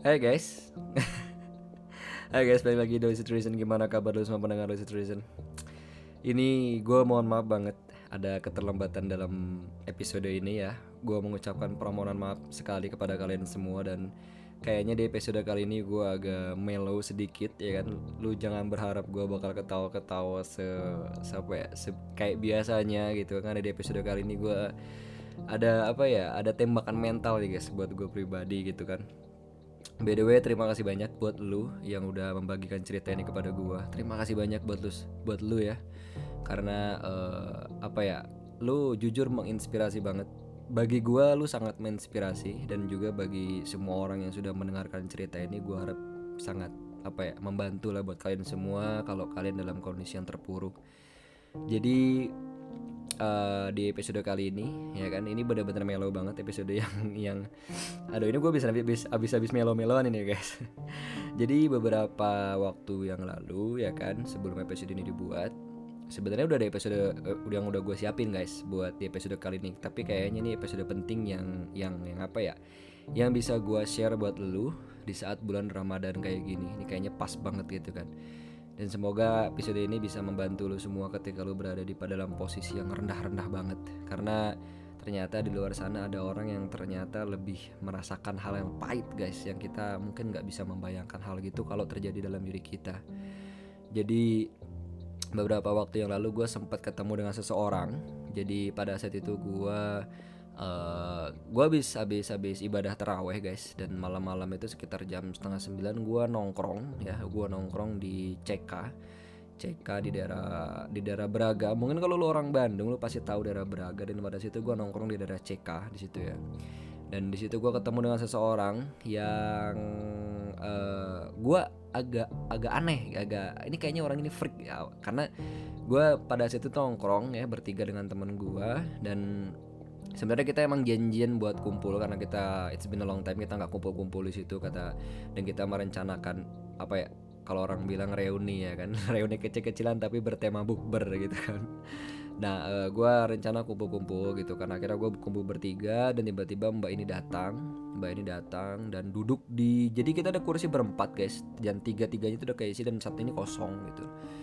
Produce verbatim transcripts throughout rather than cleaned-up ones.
Hai guys. Hai guys, balik lagi di Lucid Reason. Gimana kabar lu semua pendengar Lucid Reason? Ini gue mohon maaf banget ada keterlambatan dalam episode ini ya. Gue mengucapkan permohonan maaf sekali kepada kalian semua. Dan kayaknya di episode kali ini gue agak mellow sedikit ya kan. Lu jangan berharap gue bakal ketawa-ketawa se, se, apa ya, se kayak biasanya gitu. Karena di episode kali ini gue ada apa ya, ada tembakan mental nih guys buat gue pribadi gitu kan. By the way, terima kasih banyak buat lu yang udah membagikan cerita ini kepada gua. Terima kasih banyak buat lu, buat lu ya. Karena uh, apa ya, lu jujur menginspirasi banget. Bagi gua lu sangat menginspirasi, dan juga bagi semua orang yang sudah mendengarkan cerita ini, gua harap sangat apa ya, membantu lah buat kalian semua kalau kalian dalam kondisi yang terpuruk. Jadi uh, di episode kali ini ya kan, ini benar-benar mellow banget episode yang yang aduh ini gue bisa habis habis habis melo-meloan ini ya guys. Jadi beberapa waktu yang lalu ya kan, sebelum episode ini dibuat, sebenarnya udah ada episode uh, yang udah gue siapin guys buat di episode kali ini. Tapi kayaknya ini episode penting yang yang yang apa ya, yang bisa gue share buat lu di saat bulan Ramadan kayak gini. Ini kayaknya pas banget gitu kan. Dan semoga episode ini bisa membantu lu semua ketika lu berada di dalam posisi yang rendah-rendah banget. Karena ternyata di luar sana ada orang yang ternyata lebih merasakan hal yang pahit guys, yang kita mungkin gak bisa membayangkan hal gitu kalau terjadi dalam diri kita. Jadi beberapa waktu yang lalu gue sempat ketemu dengan seseorang. Jadi pada saat itu gue Uh, gue habis habis habis ibadah taraweh guys, dan malam-malam itu sekitar jam setengah sembilan gue nongkrong ya, gue nongkrong di C K C K di daerah di daerah Braga. Mungkin kalau lu orang Bandung lu pasti tahu daerah Braga, dan pada situ gue nongkrong di daerah C K di situ ya. Dan di situ gue ketemu dengan seseorang yang uh, gue agak agak aneh, agak ini kayaknya orang ini freak ya, karena gue pada situ nongkrong ya bertiga dengan temen gue. Dan sebenarnya kita emang janjian buat kumpul karena kita it's been a long time kita nggak kumpul-kumpul di situ kata, dan kita merencanakan apa ya, kalau orang bilang reuni ya kan. Reuni kecil-kecilan tapi bertema bukber gitu kan. Nah uh, gue rencana kumpul-kumpul gitu kan. Akhirnya gue kumpul bertiga, dan tiba-tiba mbak ini datang mbak ini datang dan duduk di, jadi kita ada kursi berempat guys, dan tiga-tiganya itu udah keisi dan satu ini kosong gitu.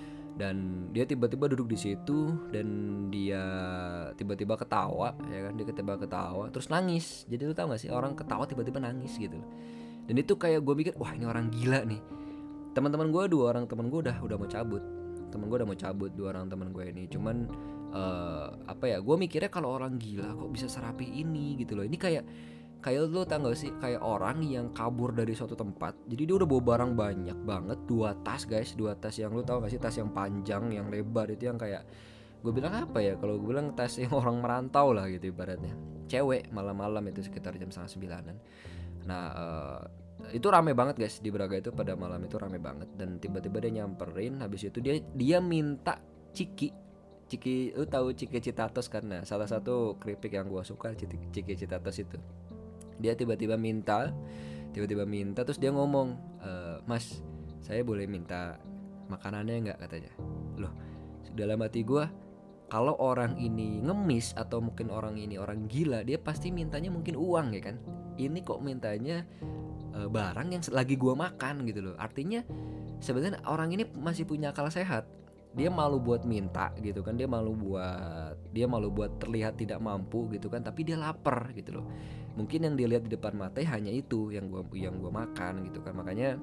Dan dia tiba-tiba duduk di situ, dan dia tiba-tiba ketawa ya kan, dia tiba-tiba ketawa terus nangis. Jadi lu tau gak sih orang ketawa tiba-tiba nangis gitu. Dan itu kayak gue mikir, wah ini orang gila nih. Teman-teman gue, dua orang teman gue udah udah mau cabut teman gue udah mau cabut dua orang teman gue ini. Cuman uh, apa ya, gue mikirnya kalau orang gila kok bisa serapi ini gitu loh. Ini kayak kayak lu tau gak sih, kayak orang yang kabur dari suatu tempat. Jadi dia udah bawa barang banyak banget, dua tas guys, dua tas yang lu tau gak sih, tas yang panjang, yang lebar itu, yang kayak gue bilang apa ya, kalau gue bilang tas yang orang merantau lah gitu ibaratnya. Cewek malam-malam itu sekitar jam setengah sembilanan. Nah uh, itu rame banget guys di Braga itu, pada malam itu rame banget. Dan tiba-tiba dia nyamperin, habis itu dia dia minta ciki. Ciki, lu tahu Ciki Citatos kan? Nah, salah satu keripik yang gue suka Ciki Citatos itu. Dia tiba-tiba minta, tiba-tiba minta terus dia ngomong, e, mas, saya boleh minta makanannya nggak, katanya. Loh, dalam hati gue, kalau orang ini ngemis atau mungkin orang ini orang gila, dia pasti mintanya mungkin uang ya kan. Ini kok mintanya e, barang yang lagi gue makan gitu loh. Artinya sebenarnya orang ini masih punya akal sehat. Dia malu buat minta gitu kan, dia malu buat dia malu buat terlihat tidak mampu gitu kan, tapi dia lapar gitu loh. Mungkin yang dilihat di depan mata hanya itu yang gua yang gua makan gitu kan. Makanya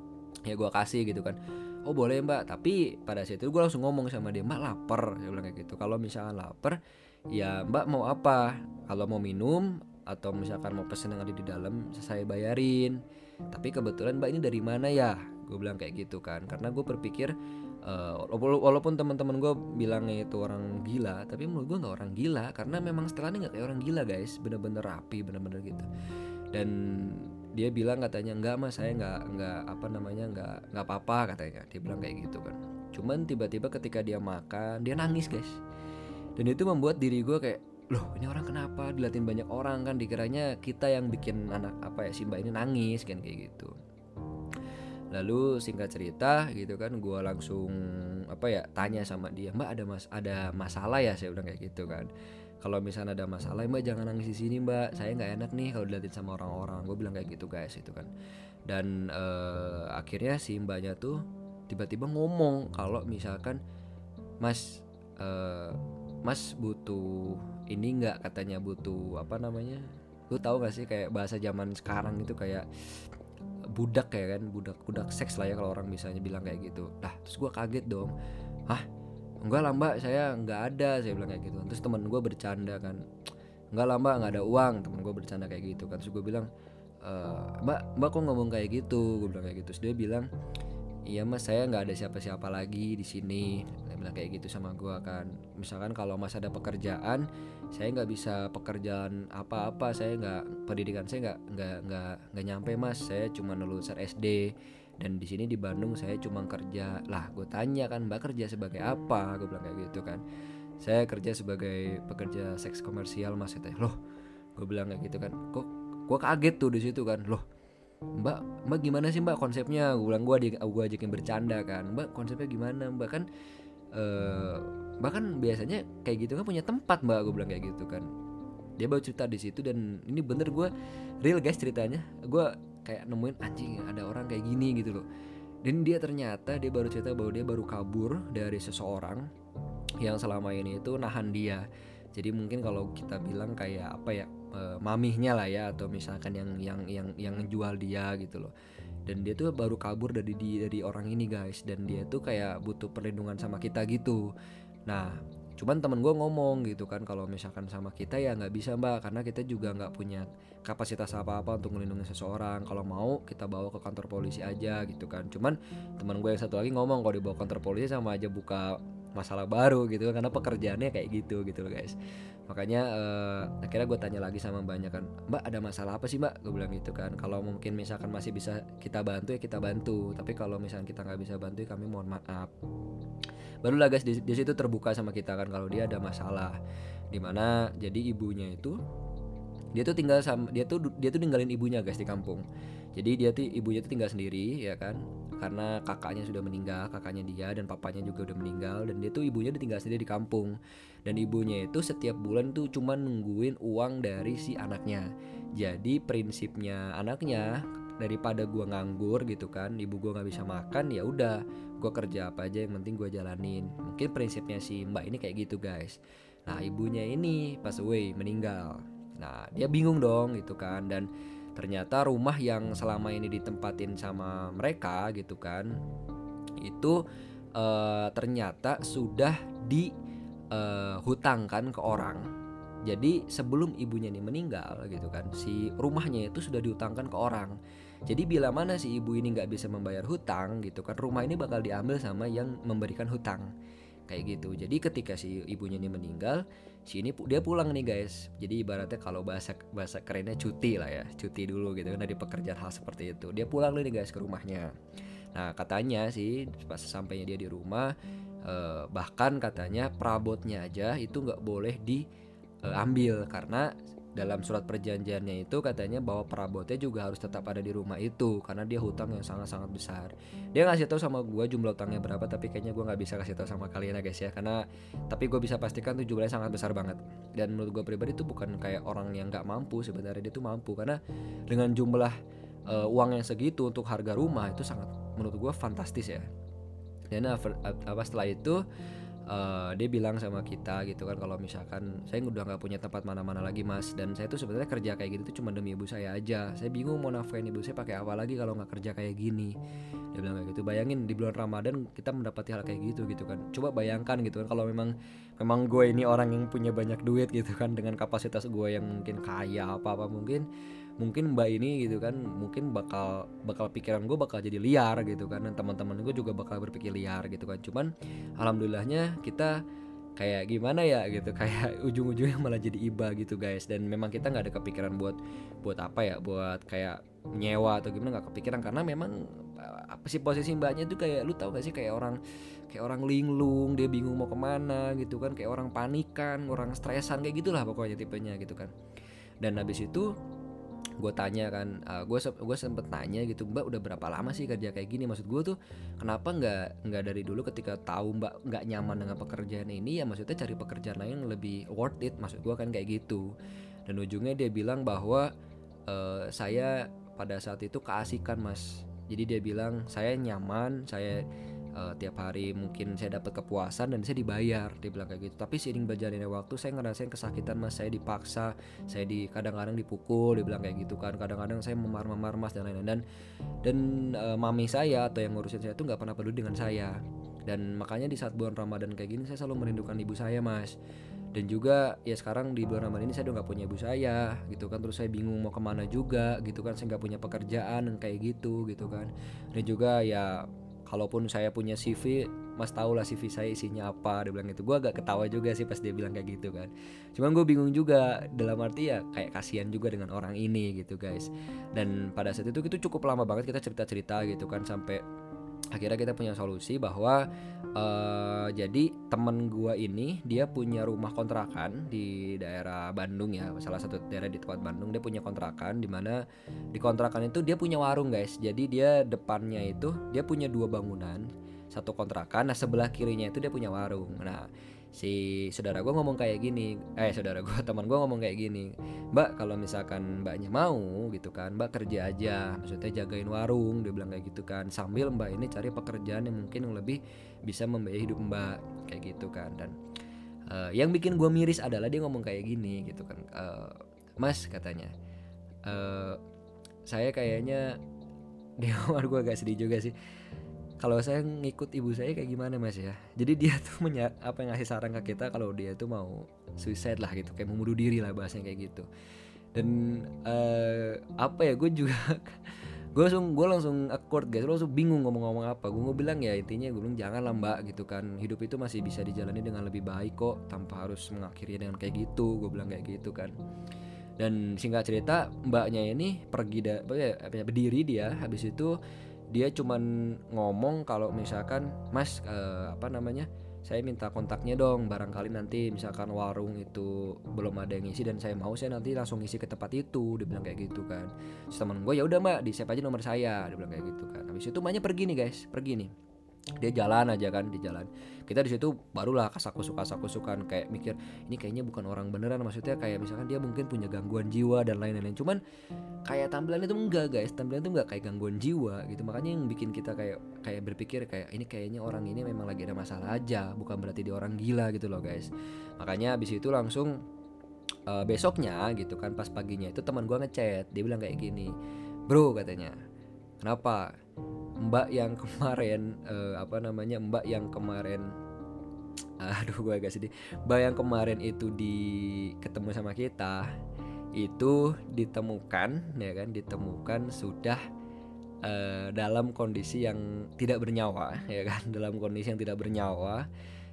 ya gua kasih gitu kan. Oh boleh mbak, tapi pada saat itu gue langsung ngomong sama dia, mbak lapar, saya bilang kayak gitu. Kalau misalkan lapar, ya mbak mau apa? Kalau mau minum atau misalkan mau pesen yang ada di dalam, saya bayarin. Tapi kebetulan mbak ini dari mana ya? Gue bilang kayak gitu kan, karena gue berpikir uh, walaupun teman-teman gue bilangnya itu orang gila, tapi menurut gue nggak orang gila, karena memang setelannya nggak kayak orang gila guys, bener-bener rapi, bener-bener gitu. Dan dia bilang katanya, enggak mas, saya nggak nggak apa namanya nggak nggak apa-apa katanya, dia bilang kayak gitu kan. Cuman tiba-tiba ketika dia makan, dia nangis guys. Dan itu membuat diri gue kayak, loh ini orang kenapa diliatin banyak orang kan, dikiranya kita yang bikin anak apa ya, si mbak ini nangis kan kayak gitu. Lalu singkat cerita gitu kan, gue langsung apa ya, tanya sama dia, mbak ada mas ada masalah ya, saya bilang kayak gitu kan. kalau misalnya ada masalah, mbak jangan nangis di sini mbak, saya nggak enak nih kalau diliatin sama orang-orang. Gue bilang kayak gitu guys itu kan. Dan uh, akhirnya si mbaknya tuh tiba-tiba ngomong kalau misalkan mas uh, mas butuh ini nggak, katanya butuh apa namanya, lu tahu gak sih kayak bahasa zaman sekarang itu kayak budak ya kan, budak budak seks lah ya kalau orang misalnya bilang kayak gitu. Lah terus gue kaget dong, hah enggak lah mbak, saya nggak ada, saya bilang kayak gitu. Terus teman gue bercanda kan, enggak lah mbak nggak ada uang, teman gue bercanda kayak gitu kan. Terus gue bilang e, mbak mbak kok ngomong kayak gitu, gue bilang kayak gitu. Terus dia bilang iya mas, saya nggak ada siapa-siapa lagi di sini. Dia bilang kayak gitu sama gue kan. Misalkan kalau mas ada pekerjaan, saya nggak bisa pekerjaan apa-apa, saya nggak, pendidikan saya nggak nggak nggak nggak nyampe mas, saya cuma lulusan S D dan di sini di Bandung saya cuma kerja. Lah gue tanya kan, mbak kerja sebagai apa? Gue bilang kayak gitu kan. Saya kerja sebagai pekerja seks komersial mas, katanya. Loh, gue bilang kayak gitu kan. Kok gue kaget tuh di situ kan. Loh, mbak mbak gimana sih mbak konsepnya? Gue bilang, gue di gue ajakin bercanda kan. Mbak konsepnya gimana mbak, kan uh, mbak kan biasanya kayak gitu kan punya tempat mbak, gue bilang kayak gitu kan. Dia baru cerita di situ dan ini bener, gue real guys ceritanya. Gue kayak nemuin anjing ada orang kayak gini gitu loh. Dan dia ternyata dia baru cerita bahwa dia baru kabur dari seseorang yang selama ini itu nahan dia. Jadi mungkin kalau kita bilang kayak apa ya, e, mamihnya lah ya, atau misalkan yang yang yang yang jual dia gitu loh. Dan dia tuh baru kabur dari dari orang ini guys, dan dia tuh kayak butuh perlindungan sama kita gitu. Nah cuman temen gue ngomong gitu kan, kalau misalkan sama kita ya nggak bisa mbak, karena kita juga nggak punya kapasitas apa-apa untuk melindungi seseorang. Kalau mau kita bawa ke kantor polisi aja gitu kan. Cuman temen gue yang satu lagi ngomong kalau dibawa ke kantor polisi sama aja buka masalah baru gitu kan, karena pekerjaannya kayak gitu gitu loh guys. Makanya uh, akhirnya gue tanya lagi sama mbaknya kan, mbak ada masalah apa sih mbak? Gue bilang gitu kan. Kalau mungkin misalkan masih bisa kita bantu ya kita bantu, tapi kalau misalkan kita nggak bisa bantu ya kami mohon maaf. Barulah guys di, di situ terbuka sama kita kan kalau dia ada masalah. Dimana jadi ibunya itu dia tuh tinggal sama dia tuh dia tuh ninggalin ibunya guys di kampung. Jadi dia tuh ibunya tuh tinggal sendiri ya kan, karena kakaknya sudah meninggal, kakaknya dia dan papanya juga udah meninggal, dan dia tuh ibunya ditinggal sendiri di kampung. Dan ibunya itu setiap bulan tuh cuma nungguin uang dari si anaknya. Jadi prinsipnya anaknya, daripada gua nganggur gitu kan, ibu gua nggak bisa makan, ya udah gua kerja apa aja yang penting gua jalanin. Mungkin prinsipnya si mbak ini kayak gitu guys. Nah ibunya ini pas away meninggal. Nah dia bingung dong gitu kan, dan ternyata rumah yang selama ini ditempatin sama mereka gitu kan, itu uh, ternyata sudah dihutangkan uh, ke orang. Jadi sebelum ibunya ini meninggal gitu kan, si rumahnya itu sudah dihutangkan ke orang. Jadi bila mana si ibu ini gak bisa membayar hutang gitu kan, rumah ini bakal diambil sama yang memberikan hutang. Kayak gitu. Jadi ketika si ibunya ini meninggal, si ini dia pulang nih guys. Jadi ibaratnya kalau bahasa bahasa kerennya cuti lah ya, cuti dulu gitu kan dari pekerjaan hal seperti itu. Dia pulang nih guys ke rumahnya. Nah katanya sih pas sampainya dia di rumah, eh, bahkan katanya perabotnya aja itu nggak boleh diambil, karena dalam surat perjanjiannya itu katanya bahwa perabotnya juga harus tetap ada di rumah itu, karena dia hutang yang sangat-sangat besar. Dia ngasih tahu sama gue jumlah hutangnya berapa, tapi kayaknya gue nggak bisa kasih tahu sama kalian ya guys ya, karena tapi gue bisa pastikan tuh jumlahnya sangat besar banget. Dan menurut gue pribadi itu bukan kayak orang yang nggak mampu, sebenarnya dia tuh mampu, karena dengan jumlah uh, uang yang segitu untuk harga rumah itu sangat menurut gue fantastis ya. Dan apa setelah itu Uh, dia bilang sama kita gitu kan, kalau misalkan saya udah nggak punya tempat mana-mana lagi mas, dan saya tuh sebenarnya kerja kayak gitu tuh cuma demi ibu saya aja. Saya bingung mau nafkahin ibu saya pakai apa lagi kalau nggak kerja kayak gini. Dia bilang kayak gitu. Bayangin di bulan Ramadan kita mendapati hal kayak gitu gitu kan. Coba bayangkan gitu kan, kalau memang memang gue ini orang yang punya banyak duit gitu kan, dengan kapasitas gue yang mungkin kaya apa-apa mungkin mungkin mbak ini gitu kan, mungkin bakal bakal pikiran gue bakal jadi liar gitu kan, dan teman-teman gue juga bakal berpikir liar gitu kan. Cuman alhamdulillahnya kita kayak gimana ya gitu, kayak ujung-ujungnya malah jadi iba gitu guys. Dan memang kita nggak ada kepikiran buat buat apa ya, buat kayak nyewa atau gimana, nggak kepikiran, karena memang apa sih posisi mbaknya tuh kayak, lu tau gak sih, kayak orang kayak orang linglung, dia bingung mau kemana gitu kan, kayak orang panikan, orang stresan kayak gitulah pokoknya tipenya gitu kan. Dan habis itu gue tanya kan, uh, gue se- gue sempet nanya gitu, Mbak udah berapa lama sih kerja kayak gini? Maksud gue tuh kenapa nggak nggak dari dulu ketika tahu Mbak nggak nyaman dengan pekerjaan ini, ya maksudnya cari pekerjaan lain yang lebih worth it, maksud gue kan kayak gitu. Dan ujungnya dia bilang bahwa uh, saya pada saat itu keasikan mas. Jadi dia bilang saya nyaman, saya uh, tiap hari mungkin saya dapat kepuasan dan saya dibayar, dia bilang kayak gitu. Tapi seiring berjalannya waktu saya ngerasain kesakitan mas, saya dipaksa, saya di kadang-kadang dipukul, dia bilang kayak gitu kan. Kadang-kadang saya memar-memar mas dan lain-lain, dan dan uh, mami saya atau yang ngurusin saya tuh nggak pernah peduli dengan saya. Dan makanya di saat bulan Ramadan kayak gini saya selalu merindukan ibu saya mas. Dan juga ya sekarang di bulan Ramadan ini saya udah nggak punya ibu saya gitu kan, terus saya bingung mau kemana juga gitu kan, saya nggak punya pekerjaan yang kayak gitu gitu kan. Dan juga ya kalaupun saya punya C V, mas tau lah C V saya isinya apa, dia bilang gitu. Gue agak ketawa juga sih pas dia bilang kayak gitu kan. Cuman gue bingung juga, dalam arti ya kayak kasihan juga dengan orang ini gitu guys. Dan pada saat itu itu cukup lama banget kita cerita-cerita gitu kan, sampai akhirnya kita punya solusi bahwa uh, jadi temen gua ini dia punya rumah kontrakan di daerah Bandung ya, salah satu daerah di tempat Bandung. Dia punya kontrakan di mana di kontrakan itu dia punya warung guys. Jadi dia depannya itu dia punya dua bangunan, satu kontrakan. Nah sebelah kirinya itu dia punya warung. Nah si saudara gue ngomong kayak gini, eh saudara gue teman gue ngomong kayak gini, Mbak kalau misalkan mbaknya mau gitu kan, Mbak kerja aja, maksudnya jagain warung, dia bilang kayak gitu kan, sambil Mbak ini cari pekerjaan yang mungkin yang lebih bisa membiayai hidup Mbak, kayak gitu kan. Dan uh, yang bikin gue miris adalah dia ngomong kayak gini gitu kan, uh, Mas katanya, uh, saya kayaknya dia ngomong, gue agak sedih juga sih, kalau saya ngikut ibu saya kayak gimana mas ya. Jadi dia tuh menya, apa yang ngasih saran ke kita kalau dia tuh mau suicide lah gitu, kayak mau bunuh diri lah bahasanya kayak gitu. Dan uh, apa ya, gue juga gue langsung gue langsung awkward guys, langsung bingung ngomong-ngomong apa. Gue bilang ya intinya gue bilang jangan lah mbak gitu kan, hidup itu masih bisa dijalani dengan lebih baik kok tanpa harus mengakhiri dengan kayak gitu, gue bilang kayak gitu kan. Dan singkat cerita mbaknya ini pergi da, berdiri dia, habis itu dia cuman ngomong kalau misalkan mas uh, apa namanya saya minta kontaknya dong, barangkali nanti misalkan warung itu belum ada yang ngisi dan saya mau, saya nanti langsung ngisi ke tempat itu, dia bilang kayak gitu kan. Terus temen gue ya udah mbak di save aja nomor saya, dia bilang kayak gitu kan. Habis itu mbaknya pergi nih guys, pergi nih, dia jalan aja kan, di jalan kita di situ barulah kasak-kusuk kasak-kusukan, kayak mikir ini kayaknya bukan orang beneran, maksudnya kayak misalkan dia mungkin punya gangguan jiwa dan lain-lain. Cuman kayak tampilannya tuh enggak guys, tampilannya tuh enggak kayak gangguan jiwa gitu. Makanya yang bikin kita kayak kayak berpikir kayak ini kayaknya orang ini memang lagi ada masalah aja, bukan berarti dia orang gila gitu loh guys. Makanya abis itu langsung uh, besoknya gitu kan, pas paginya itu teman gua ngechat, dia bilang kayak gini, bro katanya, kenapa mbak yang kemarin uh, apa namanya mbak yang kemarin aduh gue agak sedih, mbak yang kemarin itu di ketemu sama kita itu ditemukan ya kan, ditemukan sudah uh, dalam kondisi yang tidak bernyawa ya kan, dalam kondisi yang tidak bernyawa.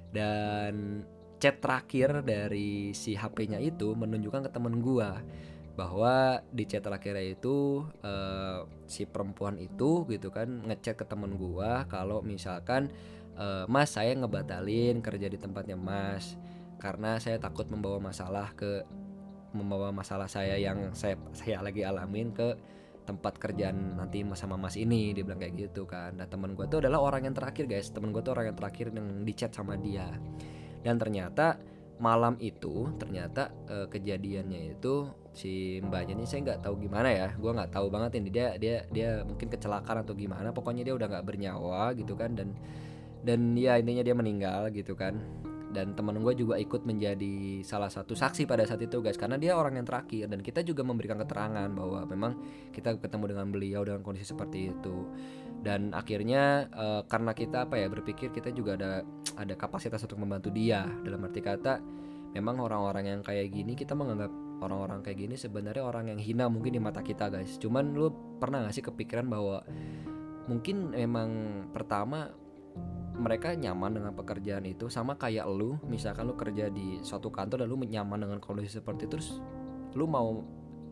Dan chat terakhir dari si H P-nya itu menunjukkan ke temen gua bahwa di chat terakhirnya itu uh, si perempuan itu gitu kan ngechat ke temen gua kalau misalkan uh, mas saya ngebatalin kerja di tempatnya mas karena saya takut membawa masalah ke membawa masalah saya yang saya saya lagi alamin ke tempat kerjaan nanti sama mas ini, dia bilang kayak gitu kan. Nah teman gue tuh adalah orang yang terakhir guys, teman gue tuh orang yang terakhir yang di chat sama dia. Dan ternyata malam itu ternyata uh, kejadiannya itu si mbaknya ini saya nggak tahu gimana ya, gue nggak tahu banget ini dia dia dia mungkin kecelakaan atau gimana, pokoknya dia udah nggak bernyawa gitu kan. Dan dan ya intinya dia meninggal gitu kan. Dan teman gue juga ikut menjadi salah satu saksi pada saat itu guys, karena dia orang yang terakhir. Dan kita juga memberikan keterangan bahwa memang kita ketemu dengan beliau dengan kondisi seperti itu. Dan akhirnya uh, karena kita apa ya berpikir kita juga ada ada kapasitas untuk membantu dia, dalam arti kata memang orang-orang yang kayak gini kita menganggap orang-orang kayak gini sebenarnya orang yang hina mungkin di mata kita guys. Cuman lu pernah gak sih kepikiran bahwa mungkin memang pertama mereka nyaman dengan pekerjaan itu, sama kayak lu misalkan lu kerja di suatu kantor dan lu nyaman dengan kondisi seperti itu, terus lu mau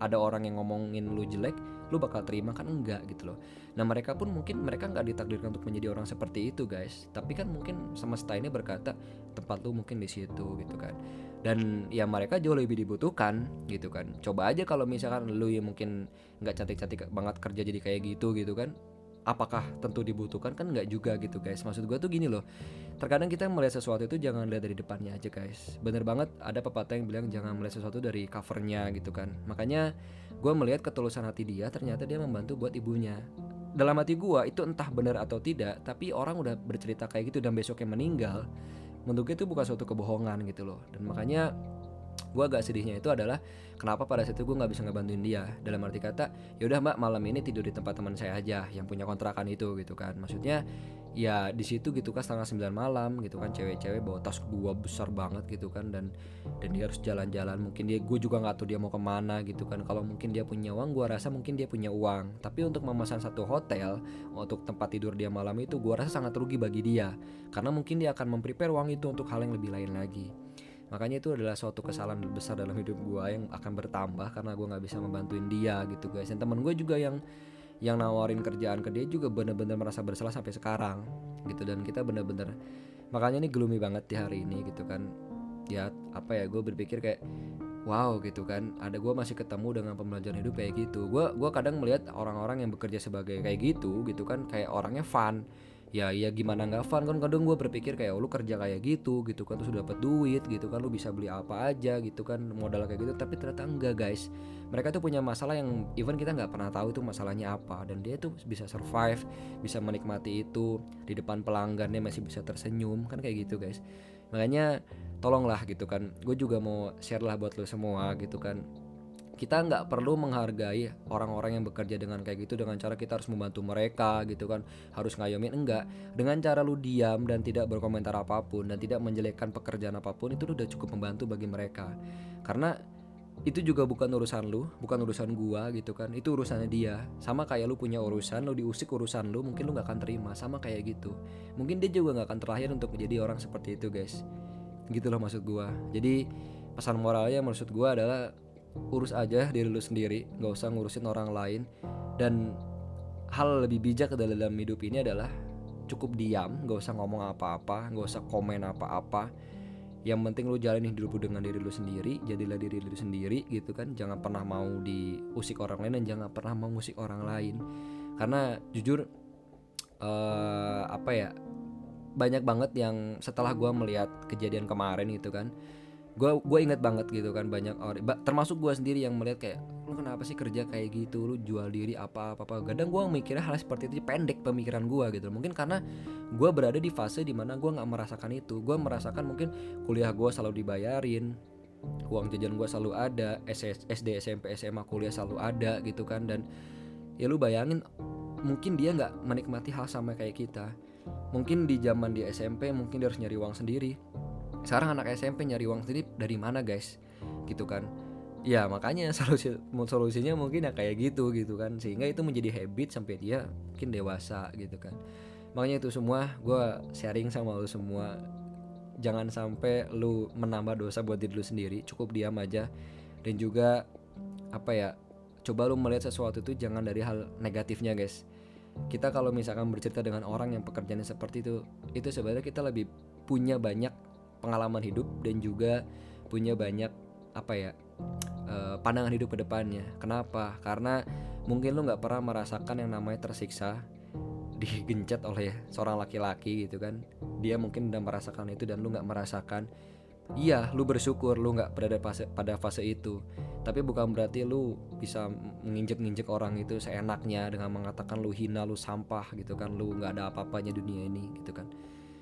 ada orang yang ngomongin lu jelek, lu bakal terima kan? Enggak gitu loh. Nah mereka pun mungkin mereka nggak ditakdirkan untuk menjadi orang seperti itu guys, tapi kan mungkin semesta ini berkata tempat lu mungkin di situ gitu kan. Dan ya mereka jauh lebih dibutuhkan gitu kan. Coba aja kalau misalkan lu yang mungkin nggak cantik-cantik banget kerja jadi kayak gitu gitu kan, apakah tentu dibutuhkan? Kan nggak juga gitu guys. Maksud gue tuh gini loh, terkadang kita melihat sesuatu itu jangan lihat dari depannya aja guys. Bener banget, ada pepatah yang bilang jangan melihat sesuatu dari covernya gitu kan. Makanya gue melihat ketulusan hati dia, ternyata dia membantu buat ibunya. Dalam hati gue itu entah benar atau tidak, tapi orang udah bercerita kayak gitu dan besoknya meninggal, menurut gue itu bukan suatu kebohongan gitu loh. Dan makanya gue agak sedihnya itu adalah kenapa pada saat itu gue nggak bisa ngebantuin dia. Dalam arti kata, yaudah mbak malam ini tidur di tempat teman saya aja yang punya kontrakan itu gitu kan. Maksudnya ya di situ gitu kan setengah sembilan malam gitu kan, cewek-cewek bawa tas dua besar banget gitu kan, dan dan dia harus jalan-jalan. Mungkin dia, gue juga nggak tahu dia mau kemana gitu kan. Kalau mungkin dia punya uang, gue rasa mungkin dia punya uang. Tapi untuk memesan satu hotel untuk tempat tidur dia malam itu, gue rasa sangat rugi bagi dia, karena mungkin dia akan memprepare uang itu untuk hal yang lebih lain lagi. Makanya itu adalah suatu kesalahan besar dalam hidup gue yang akan bertambah karena gue nggak bisa membantuin dia gitu guys. Dan teman gue juga yang yang nawarin kerjaan ke dia juga benar-benar merasa bersalah sampai sekarang gitu. Dan kita benar-benar, makanya ini gloomy banget di hari ini gitu kan. Ya apa ya, gue berpikir kayak wow gitu kan, ada gue masih ketemu dengan pembelajaran hidup kayak gitu. Gue gue kadang melihat orang-orang yang bekerja sebagai kayak gitu gitu kan, kayak orangnya fun. Ya ya gimana nggak fun kan, kadang gue berpikir kayak oh, lu kerja kayak gitu gitu kan, terus dapat duit gitu kan, lu bisa beli apa aja gitu kan, modal kayak gitu. Tapi ternyata enggak guys, mereka tuh punya masalah yang even kita nggak pernah tahu itu masalahnya apa, dan dia tuh bisa survive, bisa menikmati itu, di depan pelanggannya masih bisa tersenyum kan, kayak gitu guys. Makanya tolonglah gitu kan, gue juga mau share lah buat lo semua gitu kan. Kita nggak perlu menghargai orang-orang yang bekerja dengan kayak gitu dengan cara kita harus membantu mereka gitu kan, harus ngayomin. Enggak, dengan cara lu diam dan tidak berkomentar apapun dan tidak menjelekkan pekerjaan apapun, itu udah cukup membantu bagi mereka. Karena itu juga bukan urusan lu, bukan urusan gua gitu kan, itu urusannya dia. Sama kayak lu punya urusan, lu diusik urusan lu, mungkin lu gak akan terima, sama kayak gitu. Mungkin dia juga gak akan terlahir untuk menjadi orang seperti itu guys. Gitu loh maksud gua. Jadi pesan moralnya maksud gua adalah urus aja diri lu sendiri, gak usah ngurusin orang lain. Dan hal lebih bijak dalam hidup ini adalah cukup diam, gak usah ngomong apa-apa, gak usah komen apa-apa. Yang penting lu jalanin hidup lu dengan diri lu sendiri, jadilah diri lu sendiri gitu kan. Jangan pernah mau diusik orang lain dan jangan pernah mau musik orang lain. Karena jujur uh, apa ya, banyak banget yang setelah gue melihat kejadian kemarin gitu kan, gue gue inget banget gitu kan, banyak orang termasuk gue sendiri yang melihat kayak lu kenapa sih kerja kayak gitu, lu jual diri apa apa apa. Kadang gue mikirnya hal seperti itu pendek pemikiran gue gitu. Mungkin karena gue berada di fase dimana gue nggak merasakan itu. Gue merasakan mungkin kuliah gue selalu dibayarin, uang jajan gue selalu ada, S D S M P S M A kuliah selalu ada gitu kan. Dan ya lu bayangin, mungkin dia nggak menikmati hal sama kayak kita. Mungkin di zaman di S M P mungkin dia harus nyari uang sendiri. Sekarang anak S M P nyari uang sendiri dari mana guys, gitu kan. Ya makanya solusi solusinya mungkin ya kayak gitu gitu kan, sehingga itu menjadi habit sampai dia mungkin dewasa gitu kan. Makanya itu semua gue sharing sama lu semua. Jangan sampai lu menambah dosa buat diri lu sendiri, cukup diam aja. Dan juga apa ya, coba lu melihat sesuatu itu jangan dari hal negatifnya guys. Kita kalau misalkan bercerita dengan orang yang pekerjaannya seperti itu, itu sebenarnya kita lebih punya banyak pengalaman hidup dan juga punya banyak apa ya, uh, pandangan hidup ke depannya. Kenapa? Karena mungkin lu nggak pernah merasakan yang namanya tersiksa, digencet oleh seorang laki-laki gitu kan. Dia mungkin udah merasakan itu dan lu nggak merasakan. Iya, lu bersyukur lu nggak pada fase pada fase itu. Tapi bukan berarti lu bisa menginjek-injek orang itu seenaknya dengan mengatakan lu hina, lu sampah gitu kan, lu nggak ada apa-apanya dunia ini gitu kan.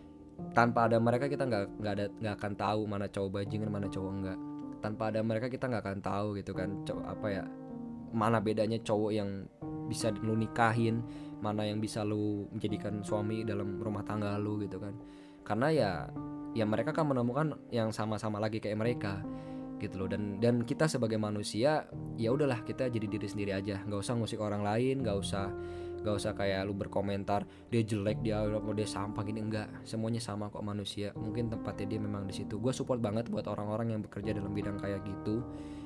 Tanpa ada mereka kita nggak nggak ada nggak akan tahu mana cowok bajingan mana cowok enggak. Tanpa ada mereka kita nggak akan tahu gitu kan, cowok apa ya, mana bedanya cowok yang bisa lu nikahin, mana yang bisa lu menjadikan suami dalam rumah tangga lu gitu kan. Karena ya ya mereka kan menemukan yang sama-sama lagi kayak mereka gitu loh. Dan dan kita sebagai manusia ya udahlah, kita jadi diri sendiri aja, nggak usah ngusik orang lain, nggak usah Gak usah kayak lu berkomentar dia jelek, dia dia sampah gini. Enggak, semuanya sama kok manusia. Mungkin tempatnya dia memang di situ. Gue support banget buat orang-orang yang bekerja dalam bidang kayak gitu.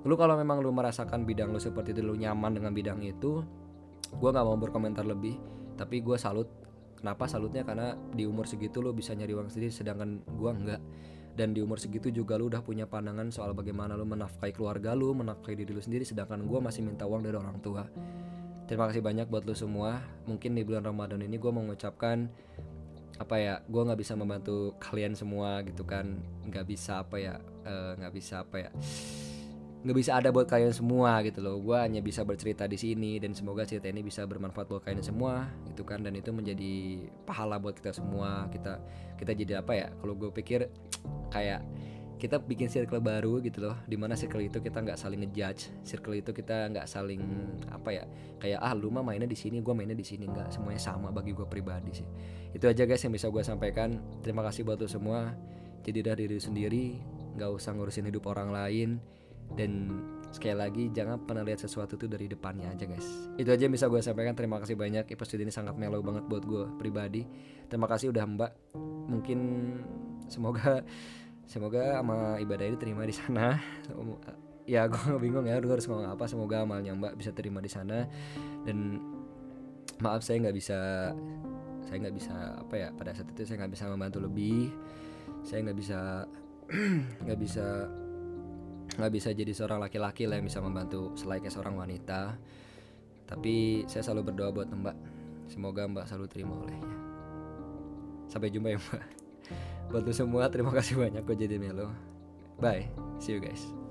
Lu kalau memang lu merasakan bidang lu seperti itu, lu nyaman dengan bidang itu, gue nggak mau berkomentar lebih. Tapi gue salut. Kenapa salutnya? Karena di umur segitu lu bisa nyari uang sendiri, sedangkan gue enggak. Dan di umur segitu juga lu udah punya pandangan soal bagaimana lu menafkahi keluarga lu, menafkahi diri lu sendiri, sedangkan gue masih minta uang dari orang tua. Terima kasih banyak buat lu semua. Mungkin di bulan Ramadan ini gue mau mengucapkan apa ya, gue nggak bisa membantu kalian semua gitu kan, nggak bisa apa ya, eh, nggak uh, bisa apa ya, nggak bisa ada buat kalian semua gitu loh. Gue hanya bisa bercerita di sini dan semoga cerita ini bisa bermanfaat buat kalian semua gitu kan, dan itu menjadi pahala buat kita semua. Kita kita jadi apa ya, kalau gue pikir kayak kita bikin circle baru gitu loh, dimana circle itu kita nggak saling ngejudge, circle itu kita nggak saling apa ya, kayak ah lu mah mainnya di sini, gue mainnya di sini, nggak, semuanya sama bagi gue pribadi sih. Itu aja guys yang bisa gue sampaikan. Terima kasih buat lu semua. Jadi dari diri sendiri, nggak usah ngurusin hidup orang lain, dan sekali lagi jangan pernah lihat sesuatu itu dari depannya aja guys. Itu aja yang bisa gue sampaikan. Terima kasih banyak. Episode ini sangat mellow banget buat gue pribadi. Terima kasih udah mbak. Mungkin semoga semoga sama ibadah ini terima di sana. Ya gue bingung ya, gue harus ngomong apa. Semoga amalnya mbak bisa terima di sana. Dan maaf saya nggak bisa saya nggak bisa apa ya, pada saat itu saya nggak bisa membantu lebih. Saya nggak bisa nggak bisa nggak bisa jadi seorang laki-laki lah yang bisa membantu selayaknya seorang wanita. Tapi saya selalu berdoa buat mbak, semoga mbak selalu terima olehnya. Sampai jumpa ya mbak. Buat lu semua terima kasih banyak. Gue jadi Melo. Bye, see you guys.